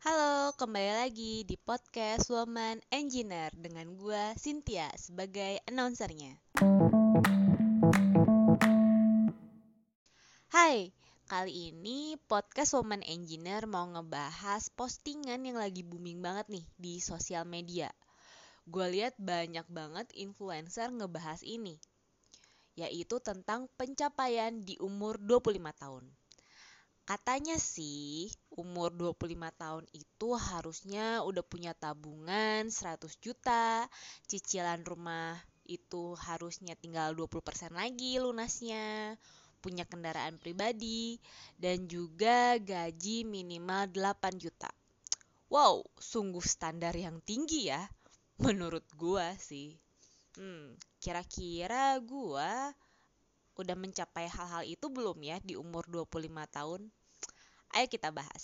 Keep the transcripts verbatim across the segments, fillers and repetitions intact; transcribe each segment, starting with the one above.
Halo, kembali lagi di podcast Woman Engineer dengan gue Cynthia sebagai announcernya. Hai, kali ini podcast Woman Engineer mau ngebahas postingan yang lagi booming banget nih di sosial media. Gue lihat banyak banget influencer ngebahas ini, yaitu tentang pencapaian di umur dua puluh lima tahun. Katanya sih, umur dua puluh lima tahun itu harusnya udah punya tabungan seratus juta, cicilan rumah itu harusnya tinggal dua puluh persen lagi lunasnya, punya kendaraan pribadi, dan juga gaji minimal delapan juta. Wow, sungguh standar yang tinggi ya, menurut gua sih. Hmm, kira-kira gua udah mencapai hal-hal itu belum ya di umur dua puluh lima tahun? Ayo kita bahas.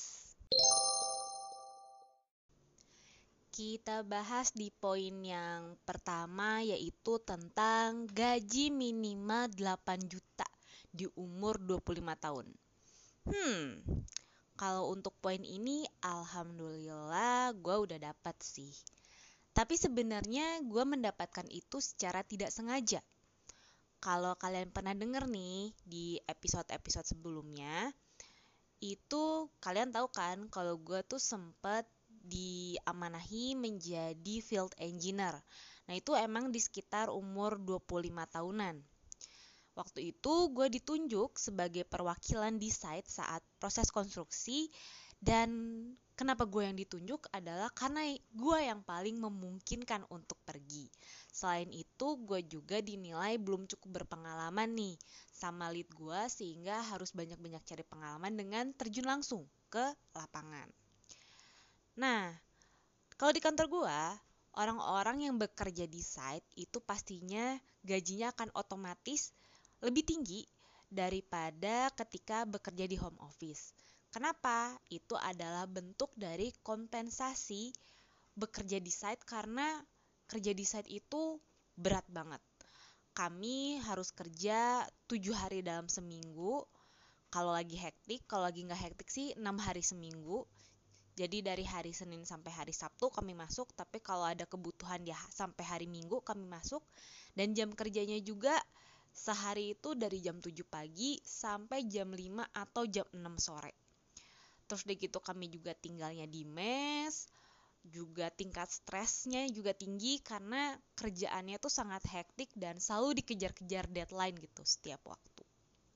Kita bahas di poin yang pertama yaitu tentang gaji minimal delapan juta di umur dua puluh lima tahun. Hmm, kalau untuk poin ini alhamdulillah gue udah dapat sih. Tapi sebenarnya gue mendapatkan itu secara tidak sengaja. Kalau kalian pernah denger nih di episode-episode sebelumnya, itu kalian tahu kan kalau gue tuh sempet diamanahi menjadi field engineer. Nah itu emang di sekitar umur dua puluh lima tahunan. Waktu itu gue ditunjuk sebagai perwakilan di site saat proses konstruksi. Dan kenapa gue yang ditunjuk adalah karena gue yang paling memungkinkan untuk pergi. Selain itu gue juga dinilai belum cukup berpengalaman nih sama lead gue, sehingga harus banyak-banyak cari pengalaman dengan terjun langsung ke lapangan. Nah, kalau di kantor gue, orang-orang yang bekerja di site itu pastinya gajinya akan otomatis lebih tinggi daripada ketika bekerja di home office. Kenapa? Itu adalah bentuk dari kompensasi bekerja di site, karena kerja di site itu berat banget. Kami harus kerja tujuh hari dalam seminggu. Kalau lagi hektik, kalau lagi nggak hektik sih enam hari seminggu. Jadi dari hari Senin sampai hari Sabtu kami masuk, tapi kalau ada kebutuhan ya sampai hari Minggu kami masuk. Dan jam kerjanya juga sehari itu dari jam tujuh pagi sampai jam lima atau jam enam sore. Terus udah gitu kami juga tinggalnya di mes, juga tingkat stresnya juga tinggi karena kerjaannya tuh sangat hektik dan selalu dikejar-kejar deadline gitu setiap waktu.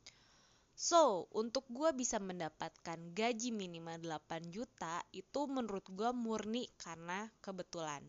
So, untuk gue bisa mendapatkan gaji minimal delapan juta itu menurut gue murni karena kebetulan.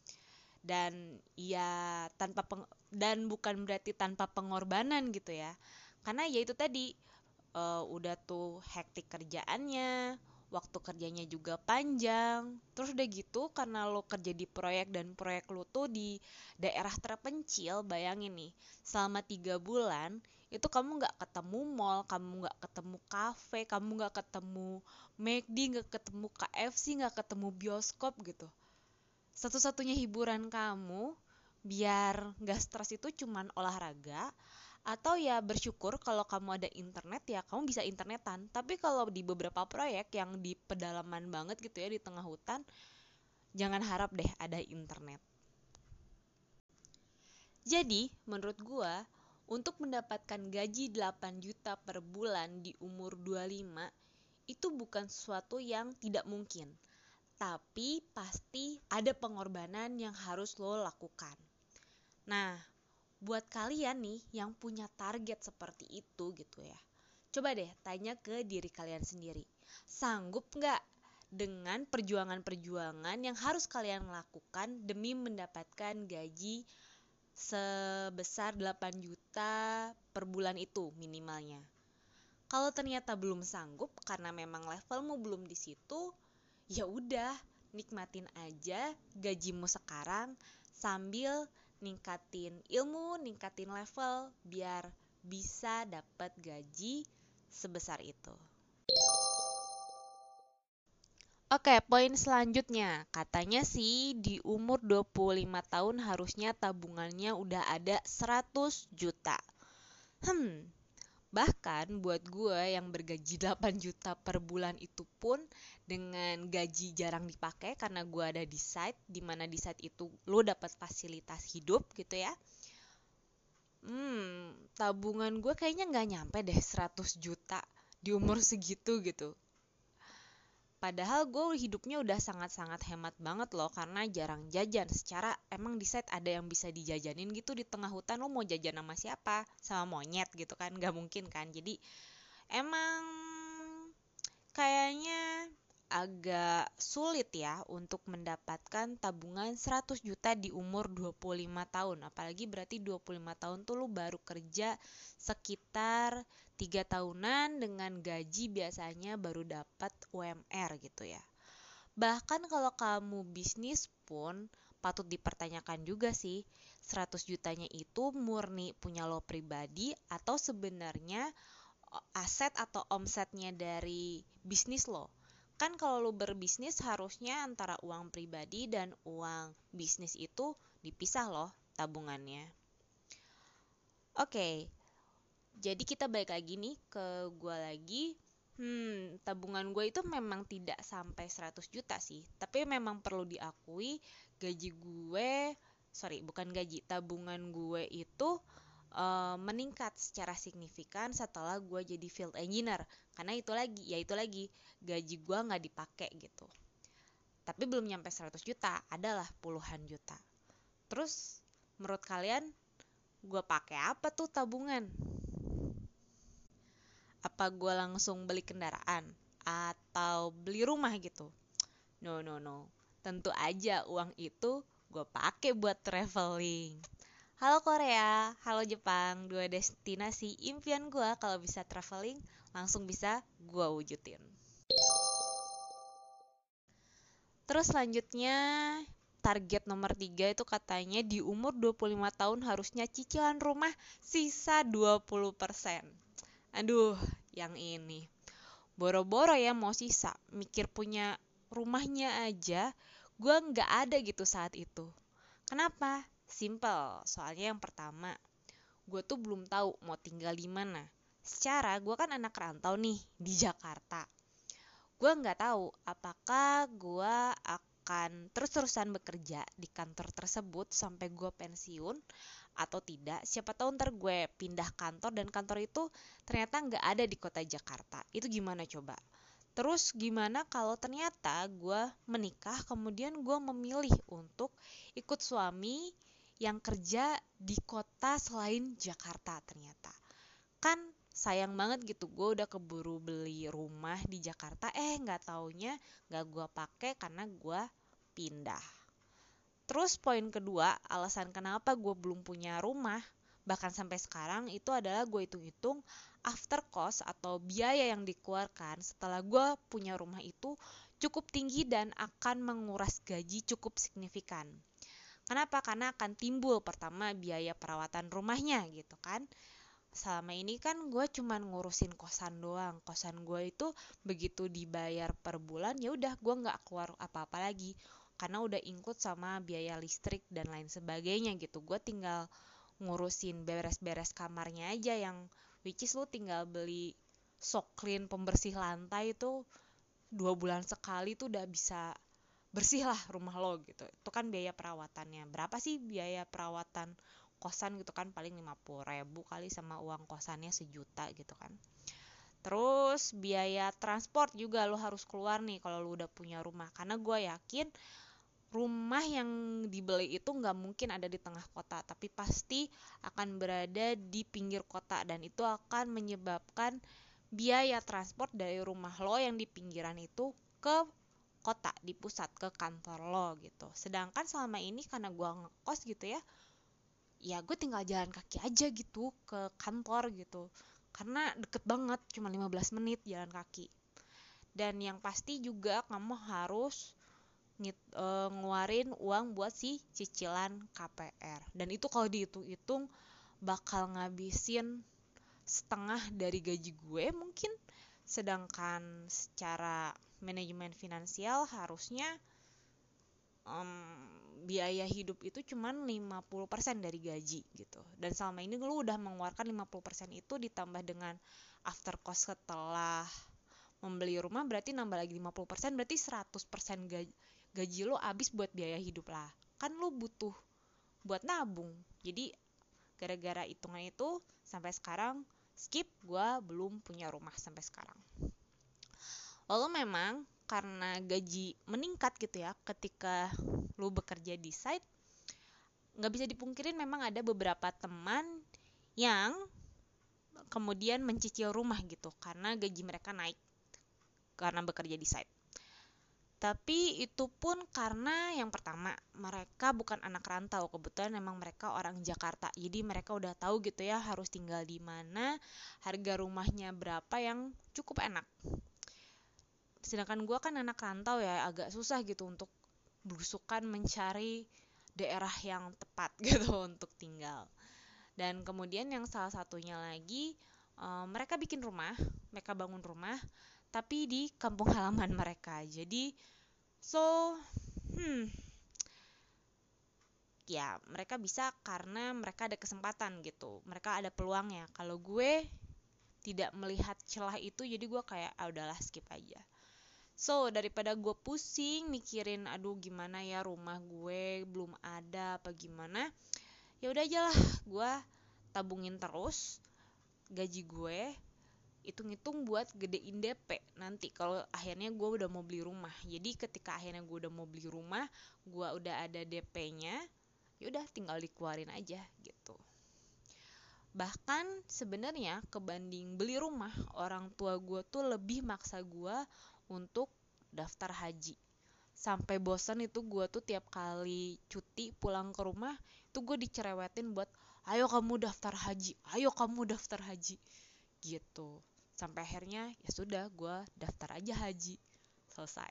Dan ya tanpa peng- dan bukan berarti tanpa pengorbanan gitu ya. Karena ya itu tadi, uh, udah tuh hektik kerjaannya, waktu kerjanya juga panjang. Terus udah gitu karena lo kerja di proyek dan proyek lo tuh di daerah terpencil, bayangin nih, selama tiga bulan itu kamu gak ketemu mall, kamu gak ketemu kafe, kamu gak ketemu McD, gak ketemu K F C, gak ketemu bioskop gitu. Satu-satunya hiburan kamu biar gak stres itu cuman olahraga, atau ya bersyukur kalau kamu ada internet ya kamu bisa internetan. Tapi kalau di beberapa proyek yang di pedalaman banget gitu ya, di tengah hutan, jangan harap deh ada internet. Jadi menurut gua, untuk mendapatkan gaji delapan juta per bulan di umur dua puluh lima itu bukan sesuatu yang tidak mungkin, tapi pasti ada pengorbanan yang harus lo lakukan. Nah, buat kalian nih yang punya target seperti itu gitu ya, coba deh tanya ke diri kalian sendiri. Sanggup gak dengan perjuangan-perjuangan yang harus kalian lakukan demi mendapatkan gaji sebesar delapan juta per bulan itu minimalnya? Kalau ternyata belum sanggup karena memang levelmu belum di situ, ya udah, nikmatin aja gajimu sekarang sambil ningkatin ilmu, ningkatin level biar bisa dapat gaji sebesar itu. Oke, poin selanjutnya. Katanya sih di umur dua puluh lima tahun harusnya tabungannya udah ada seratus juta. Hmm, Bahkan buat gue yang bergaji delapan juta per bulan itu pun dengan gaji jarang dipakai karena gue ada di site, dimana di site itu lo dapat fasilitas hidup gitu ya. Hmm, tabungan gue kayaknya nggak nyampe deh seratus juta di umur segitu gitu. Padahal gue hidupnya udah sangat-sangat hemat banget loh karena jarang jajan. Secara emang di site ada yang bisa dijajanin gitu di tengah hutan, lo mau jajan sama siapa? Sama monyet gitu kan? Gak mungkin kan? Jadi emang kayaknya agak sulit ya untuk mendapatkan tabungan seratus juta di umur dua puluh lima tahun. Apalagi berarti dua puluh lima tahun tuh lu baru kerja sekitar tiga tahunan dengan gaji biasanya baru dapat U M R gitu ya. Bahkan kalau kamu bisnis pun patut dipertanyakan juga sih, seratus jutanya itu murni punya lo pribadi atau sebenarnya aset atau omsetnya dari bisnis lo. Kan kalau lo berbisnis harusnya antara uang pribadi dan uang bisnis itu dipisah loh tabungannya. Oke, jadi kita balik lagi nih ke gue lagi. Hmm, tabungan gue itu memang tidak sampai seratus juta sih. Tapi memang perlu diakui gaji gue, sorry bukan gaji, tabungan gue itu uh, meningkat secara signifikan setelah gue jadi field engineer. Karena itu lagi, ya itu lagi, gaji gue nggak dipakai gitu. Tapi belum nyampe seratus juta, adalah puluhan juta. Terus menurut kalian gue pakai apa tuh tabungan? Apa gue langsung beli kendaraan atau beli rumah gitu? No no no. Tentu aja uang itu gue pakai buat traveling. Halo Korea, halo Jepang, dua destinasi impian gue kalau bisa traveling langsung bisa gue wujudin. Terus selanjutnya target nomor tiga itu katanya di umur dua puluh lima tahun harusnya cicilan rumah sisa dua puluh persen. Aduh, yang ini. Boro-boro ya mau sisa, mikir punya rumahnya aja, gue nggak ada gitu saat itu. Kenapa? Simple, soalnya yang pertama, gue tuh belum tahu mau tinggal di mana. Secara gue kan anak rantau nih di Jakarta. Gue nggak tahu apakah gue akan terus-terusan bekerja di kantor tersebut sampai gue pensiun atau tidak. Siapa tahu ntar gue pindah kantor dan kantor itu ternyata nggak ada di kota Jakarta. Itu gimana coba? Terus gimana kalau ternyata gue menikah kemudian gue memilih untuk ikut suami yang kerja di kota selain Jakarta ternyata. Kan sayang banget gitu, gue udah keburu beli rumah di Jakarta, eh nggak taunya nggak gue pakai karena gue pindah. Terus poin kedua, alasan kenapa gue belum punya rumah, bahkan sampai sekarang itu adalah gue hitung-hitung after cost atau biaya yang dikeluarkan setelah gue punya rumah itu cukup tinggi dan akan menguras gaji cukup signifikan. Kenapa? Karena akan timbul pertama biaya perawatan rumahnya gitu kan. Selama ini kan gue cuman ngurusin kosan doang. Kosan gue itu begitu dibayar per bulan ya udah gue nggak keluar apa-apa lagi karena udah include sama biaya listrik dan lain sebagainya gitu. Gue tinggal ngurusin beres-beres kamarnya aja yang which is lu tinggal beli soklin pembersih lantai itu dua bulan sekali tuh udah bisa bersih lah rumah lo gitu. Itu kan biaya perawatannya. Berapa sih biaya perawatan kosan gitu kan, paling lima puluh ribu kali sama uang kosannya sejuta gitu kan. Terus biaya transport juga lo harus keluar nih kalau lo udah punya rumah, karena gue yakin rumah yang dibeli itu nggak mungkin ada di tengah kota, tapi pasti akan berada di pinggir kota dan itu akan menyebabkan biaya transport dari rumah lo yang di pinggiran itu ke kota, di pusat, ke kantor lo gitu. Sedangkan selama ini karena gue ngekos gitu ya, ya gue tinggal jalan kaki aja gitu ke kantor gitu karena deket banget, cuma lima belas menit jalan kaki. Dan yang pasti juga kamu harus ngit, e, ngeluarin uang buat si cicilan K P R, dan itu kalau dihitung-hitung bakal ngabisin setengah dari gaji gue mungkin. Sedangkan secara manajemen finansial harusnya um, biaya hidup itu cuman lima puluh persen dari gaji gitu. Dan selama ini lu udah mengeluarkan lima puluh persen itu ditambah dengan after cost setelah membeli rumah, berarti nambah lagi lima puluh persen, berarti seratus persen gaji, gaji lu habis buat biaya hidup lah. Kan lu butuh buat nabung. Jadi gara-gara hitungan itu sampai sekarang skip, gue belum punya rumah sampai sekarang. Lalu memang karena gaji meningkat gitu ya ketika lu bekerja di site, nggak bisa dipungkirin memang ada beberapa teman yang kemudian mencicil rumah gitu karena gaji mereka naik karena bekerja di site. Tapi itu pun karena yang pertama, mereka bukan anak rantau, kebetulan memang mereka orang Jakarta. Jadi mereka udah tahu gitu ya harus tinggal di mana, harga rumahnya berapa yang cukup enak. Sedangkan gue kan anak rantau ya, agak susah gitu untuk belusukan mencari daerah yang tepat gitu untuk tinggal. Dan kemudian yang salah satunya lagi, um, mereka bikin rumah, mereka bangun rumah, tapi di kampung halaman mereka. Jadi, so, hmm, ya mereka bisa karena mereka ada kesempatan gitu, mereka ada peluangnya. Kalau gue tidak melihat celah itu, jadi gue kayak, ah udahlah skip aja. So, daripada gue pusing mikirin, aduh gimana ya rumah gue belum ada apa gimana, ya udah aja lah, gue tabungin terus gaji gue, hitung-hitung buat gedein D P nanti kalau akhirnya gue udah mau beli rumah. Jadi ketika akhirnya gue udah mau beli rumah, gue udah ada D P-nya, ya udah tinggal dikeluarin aja gitu. Bahkan sebenarnya kebanding beli rumah, orang tua gue tuh lebih maksa gue untuk daftar haji. Sampai bosan itu gue tuh tiap kali cuti pulang ke rumah itu gue dicerewetin buat ayo kamu daftar haji, ayo kamu daftar haji gitu. Sampai akhirnya ya sudah, gue daftar aja haji, selesai.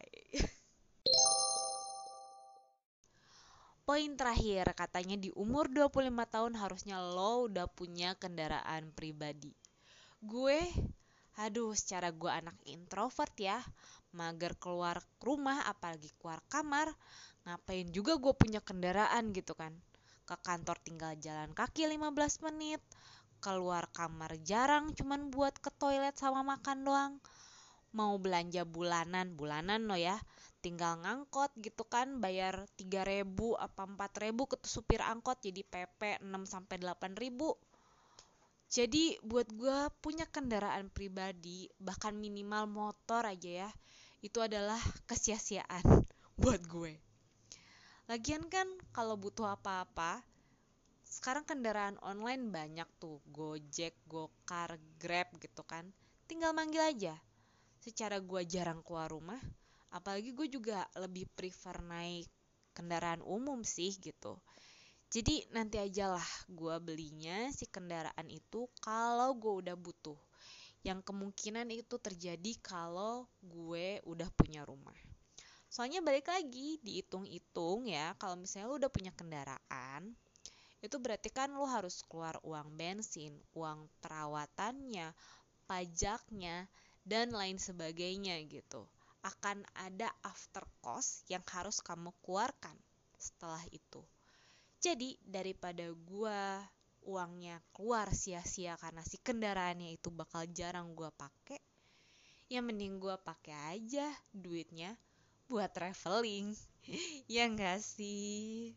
Poin terakhir, katanya di umur dua puluh lima tahun harusnya lo udah punya kendaraan pribadi. Gue, aduh secara gue anak introvert ya, mager keluar rumah apalagi keluar kamar, ngapain juga gue punya kendaraan gitu kan. Ke kantor tinggal jalan kaki lima belas menit, keluar kamar jarang cuman buat ke toilet sama makan doang. Mau belanja bulanan, bulanan lo ya, tinggal ngangkot gitu kan, bayar tiga ribu apa empat ribu ke supir angkot, jadi P P enam sampai delapan ribu. Jadi buat gue punya kendaraan pribadi, bahkan minimal motor aja ya, itu adalah kesia-siaan buat gue. Lagian kan kalau butuh apa-apa, sekarang kendaraan online banyak tuh, Gojek, Gokar, Grab gitu kan, tinggal manggil aja. Secara gue jarang keluar rumah, apalagi gue juga lebih prefer naik kendaraan umum sih gitu. Jadi nanti aja lah gue belinya si kendaraan itu kalau gue udah butuh. Yang kemungkinan itu terjadi kalau gue udah punya rumah. Soalnya balik lagi, dihitung-hitung ya, kalau misalnya lu udah punya kendaraan, itu berarti kan lu harus keluar uang bensin, uang perawatannya, pajaknya, dan lain sebagainya gitu. Akan ada after cost yang harus kamu keluarkan setelah itu. Jadi daripada gua uangnya keluar sia-sia karena si kendaraannya itu bakal jarang gua pakai, ya mending gua pakai aja duitnya buat traveling. Ya enggak sih?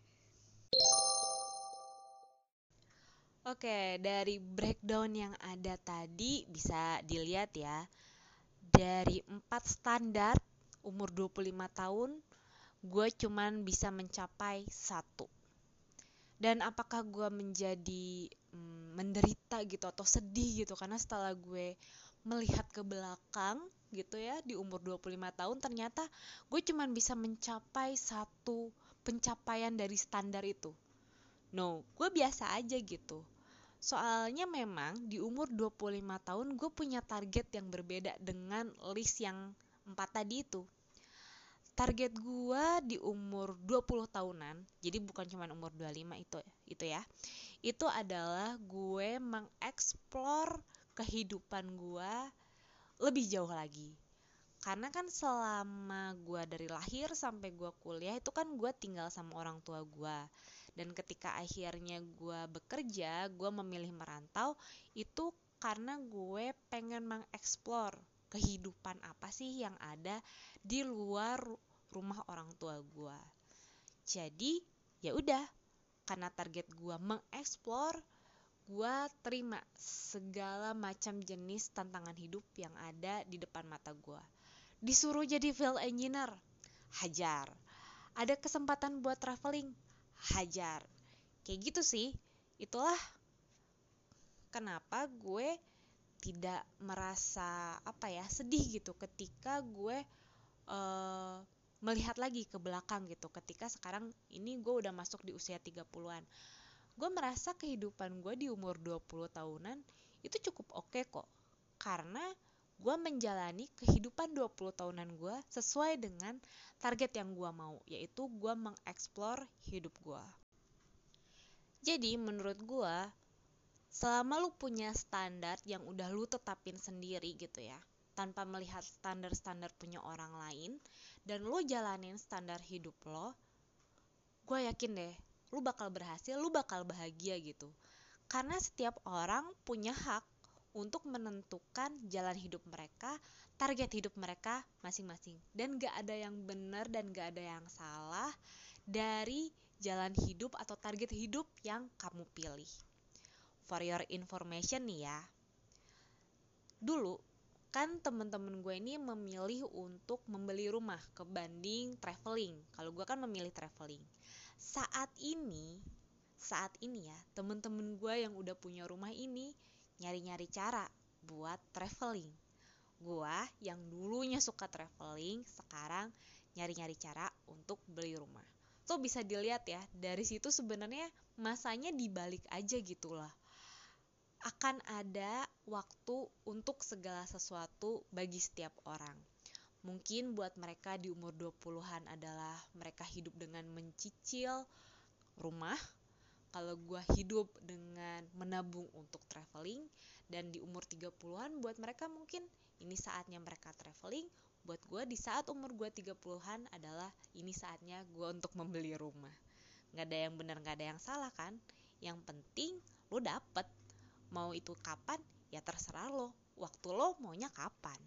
Oke, dari breakdown yang ada tadi bisa dilihat ya. Dari empat standar umur dua puluh lima tahun, gue cuman bisa mencapai satu. Dan apakah gue menjadi mm, menderita gitu atau sedih gitu, karena setelah gue melihat ke belakang gitu ya, di umur dua puluh lima tahun ternyata gue cuman bisa mencapai satu pencapaian dari standar itu. No, gue biasa aja gitu. Soalnya memang di umur dua puluh lima tahun gue punya target yang berbeda dengan list yang empat tadi itu. Target gue di umur dua puluh tahunan, jadi bukan cuma umur dua puluh lima itu itu ya. Itu adalah gue mengeksplor kehidupan gue lebih jauh lagi. Karena kan selama gue dari lahir sampai gue kuliah itu kan gue tinggal sama orang tua gue. Dan ketika akhirnya gue bekerja, gue memilih merantau itu karena gue pengen mengeksplor kehidupan apa sih yang ada di luar rumah orang tua gue. Jadi ya udah, karena target gue mengeksplor, gue terima segala macam jenis tantangan hidup yang ada di depan mata gue. Disuruh jadi field engineer, hajar. Ada kesempatan buat traveling, hajar. Kayak gitu sih. Itulah kenapa gue tidak merasa apa ya sedih gitu ketika gue uh, melihat lagi ke belakang gitu. Ketika sekarang ini gue udah masuk di usia tiga puluhan. Gue merasa kehidupan gue di umur dua puluh tahunan itu cukup oke kok. Karena gue menjalani kehidupan dua puluh tahunan gue sesuai dengan target yang gue mau, yaitu gue mengeksplor hidup gue. Jadi menurut gue, selama lu punya standar yang udah lu tetapin sendiri gitu ya, tanpa melihat standar-standar punya orang lain, dan lu jalanin standar hidup lo, gue yakin deh, lu bakal berhasil, lu bakal bahagia gitu. Karena setiap orang punya hak untuk menentukan jalan hidup mereka, target hidup mereka masing-masing. Dan gak ada yang benar dan gak ada yang salah dari jalan hidup atau target hidup yang kamu pilih. For your information nih ya, dulu kan temen-temen gue ini memilih untuk membeli rumah kebanding traveling. Kalau gue kan memilih traveling. Saat ini, saat ini ya, temen-temen gue yang udah punya rumah ini nyari-nyari cara buat traveling. Gua yang dulunya suka traveling, sekarang nyari-nyari cara untuk beli rumah. So bisa dilihat ya, dari situ sebenarnya masanya dibalik aja gitu lah. Akan ada waktu untuk segala sesuatu bagi setiap orang. Mungkin buat mereka di umur dua puluhan adalah mereka hidup dengan mencicil rumah. Kalau gue hidup dengan menabung untuk traveling, dan di umur tiga puluhan buat mereka mungkin ini saatnya mereka traveling. Buat gue di saat umur gue tiga puluhan adalah ini saatnya gue untuk membeli rumah. Gak ada yang benar, gak ada yang salah kan. Yang penting lo dapet. Mau itu kapan ya terserah lo. Waktu lo maunya kapan.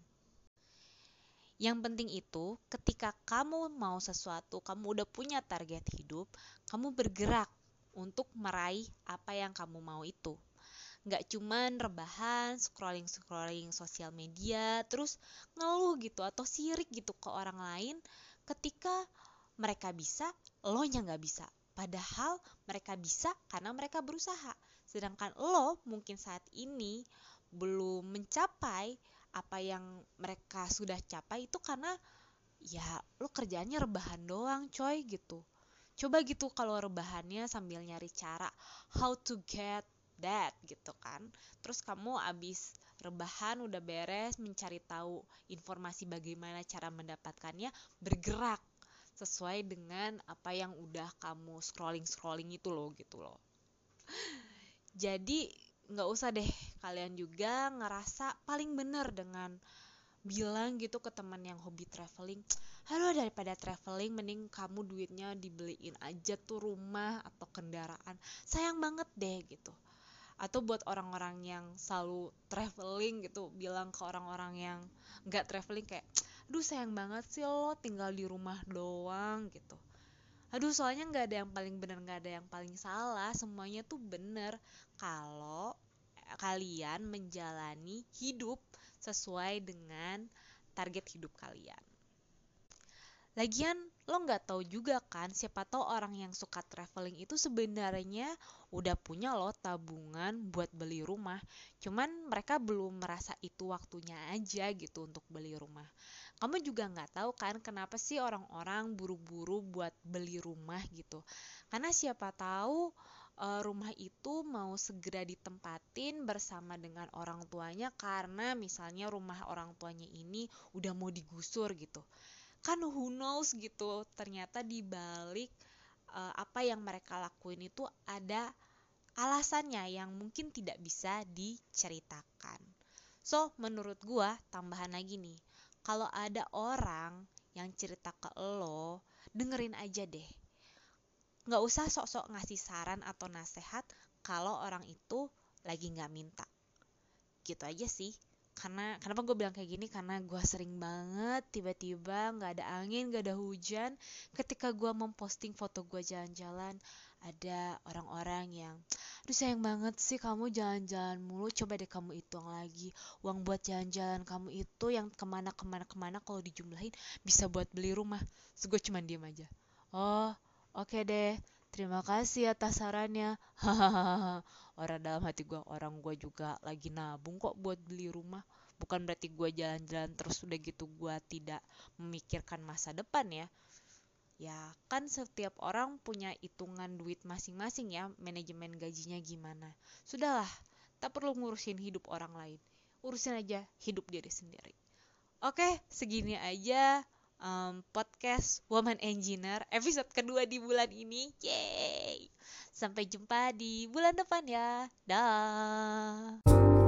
Yang penting itu ketika kamu mau sesuatu, kamu udah punya target hidup, kamu bergerak untuk meraih apa yang kamu mau itu. Gak cuman rebahan, scrolling-scrolling sosial media, terus ngeluh gitu atau sirik gitu ke orang lain ketika mereka bisa, lo nya gak bisa. Padahal mereka bisa karena mereka berusaha. Sedangkan lo mungkin saat ini belum mencapai apa yang mereka sudah capai itu karena ya lo kerjaannya rebahan doang coy gitu. Coba gitu kalau rebahannya sambil nyari cara how to get that gitu kan. Terus kamu abis rebahan udah beres mencari tahu informasi bagaimana cara mendapatkannya, bergerak sesuai dengan apa yang udah kamu scrolling-scrolling itu loh gitu loh. Jadi gak usah deh kalian juga ngerasa paling bener dengan bilang gitu ke teman yang hobi traveling, halo daripada traveling mending kamu duitnya dibeliin aja tuh rumah atau kendaraan, sayang banget deh gitu. Atau buat orang-orang yang selalu traveling gitu bilang ke orang-orang yang gak traveling kayak, aduh sayang banget sih lo tinggal di rumah doang gitu. Aduh soalnya gak ada yang paling benar, gak ada yang paling salah, semuanya tuh bener kalau kalian menjalani hidup sesuai dengan target hidup kalian. Lagian lo gak tahu juga kan, siapa tahu orang yang suka traveling itu sebenarnya udah punya lo tabungan buat beli rumah. Cuman mereka belum merasa itu waktunya aja gitu untuk beli rumah. Kamu juga gak tahu kan kenapa sih orang-orang buru-buru buat beli rumah gitu. Karena siapa tahu rumah itu mau segera ditempatin bersama dengan orang tuanya karena misalnya rumah orang tuanya ini udah mau digusur gitu. Kan who knows gitu, ternyata di balik uh, apa yang mereka lakuin itu ada alasannya yang mungkin tidak bisa diceritakan. So menurut gua tambahan lagi nih, kalau ada orang yang cerita ke lo, dengerin aja deh. Nggak usah sok-sok ngasih saran atau nasihat kalau orang itu lagi nggak minta. Gitu aja sih. Karena kenapa gue bilang kayak gini, karena gue sering banget tiba-tiba nggak ada angin, nggak ada hujan, ketika gue memposting foto gue jalan-jalan, ada orang-orang yang, aduh sayang banget sih kamu jalan-jalan mulu, coba deh kamu hitung lagi uang buat jalan-jalan kamu itu yang kemana-kemana-kemana kalau dijumlahin bisa buat beli rumah. Terus gue cuman diem aja. Oh, oke deh, terima kasih atas sarannya. Hahaha. Orang dalam hati gue, orang gue juga lagi nabung kok buat beli rumah. Bukan berarti gue jalan-jalan terus udah gitu gue tidak memikirkan masa depan ya. Ya kan setiap orang punya hitungan duit masing-masing ya, manajemen gajinya gimana. Sudahlah, tak perlu ngurusin hidup orang lain. Urusin aja hidup diri sendiri. Oke, segini aja um, podcast Woman Engineer episode kedua di bulan ini. Yeay! Sampai jumpa di bulan depan ya. Dah.